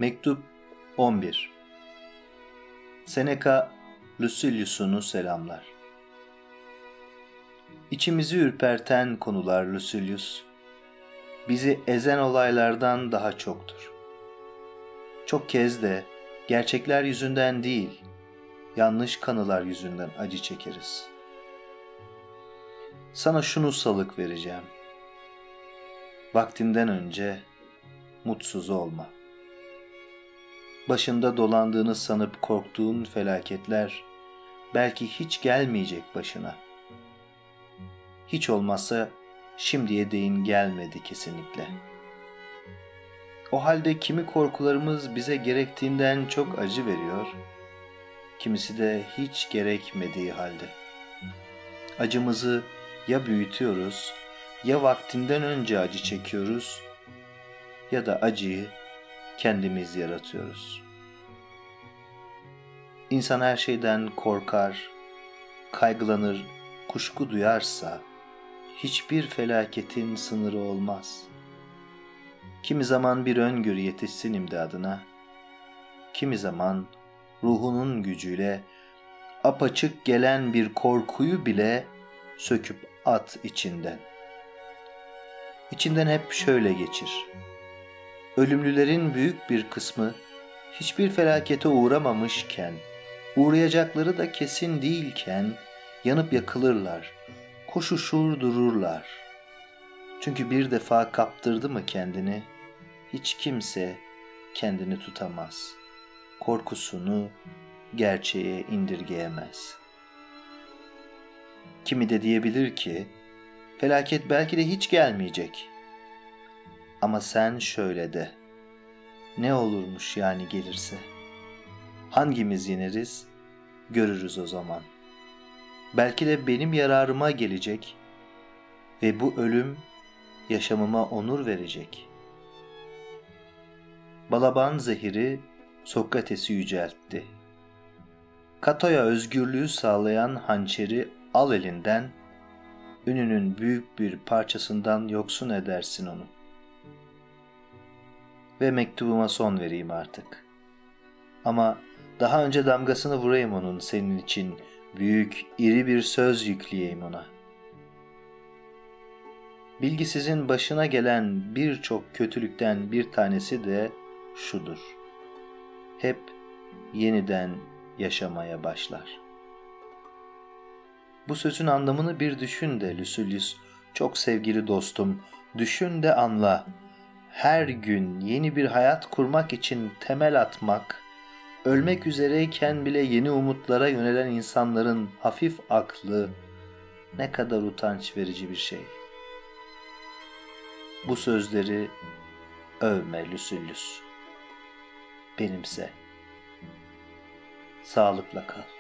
Mektup 11. Seneca, Lucilius'unu selamlar. İçimizi ürperten konular Lucilius, bizi ezen olaylardan daha çoktur. Çok kez de gerçekler yüzünden değil, yanlış kanılar yüzünden acı çekeriz. Sana şunu salık vereceğim. Vaktinden önce mutsuz olma. Başında dolandığını sanıp korktuğun felaketler belki hiç gelmeyecek başına. Hiç olmazsa şimdiye değin gelmedi kesinlikle. O halde kimi korkularımız bize gerektiğinden çok acı veriyor, kimisi de hiç gerekmediği halde. Acımızı ya büyütüyoruz, ya vaktinden önce acı çekiyoruz, ya da acıyı kendimiz yaratıyoruz. İnsan her şeyden korkar, kaygılanır, kuşku duyarsa hiçbir felaketin sınırı olmaz. Kimi zaman bir öngörü yetişsin imdadına, kimi zaman ruhunun gücüyle apaçık gelen bir korkuyu bile söküp at içinden. İçinden hep şöyle geçir. Ölümlülerin büyük bir kısmı hiçbir felakete uğramamışken, uğrayacakları da kesin değilken yanıp yakılırlar, koşuşur dururlar. Çünkü bir defa kaptırdı mı kendini, hiç kimse kendini tutamaz. Korkusunu gerçeğe indirgeyemez. Kimi de diyebilir ki, felaket belki de hiç gelmeyecek. Ama sen şöyle de, ne olurmuş yani gelirse? Hangimiz yeneriz, görürüz o zaman. Belki de benim yararıma gelecek ve bu ölüm yaşamıma onur verecek. Balaban zehiri Sokrates'i yüceltti. Kato'ya özgürlüğü sağlayan hançeri al elinden, ününün büyük bir parçasından yoksun edersin onu. Ve mektubuma son vereyim artık. Ama daha önce damgasını vurayım onun senin için, büyük, iri bir söz yükleyeyim ona. Bilgisizin başına gelen birçok kötülükten bir tanesi de şudur. Hep yeniden yaşamaya başlar. Bu sözün anlamını bir düşün de Lucilius, çok sevgili dostum, düşün de anla. Her gün yeni bir hayat kurmak için temel atmak, ölmek üzereyken bile yeni umutlara yönelen insanların hafif aklı ne kadar utanç verici bir şey. Bu sözleri övme Lucilius. Benimse. Sağlıkla kal.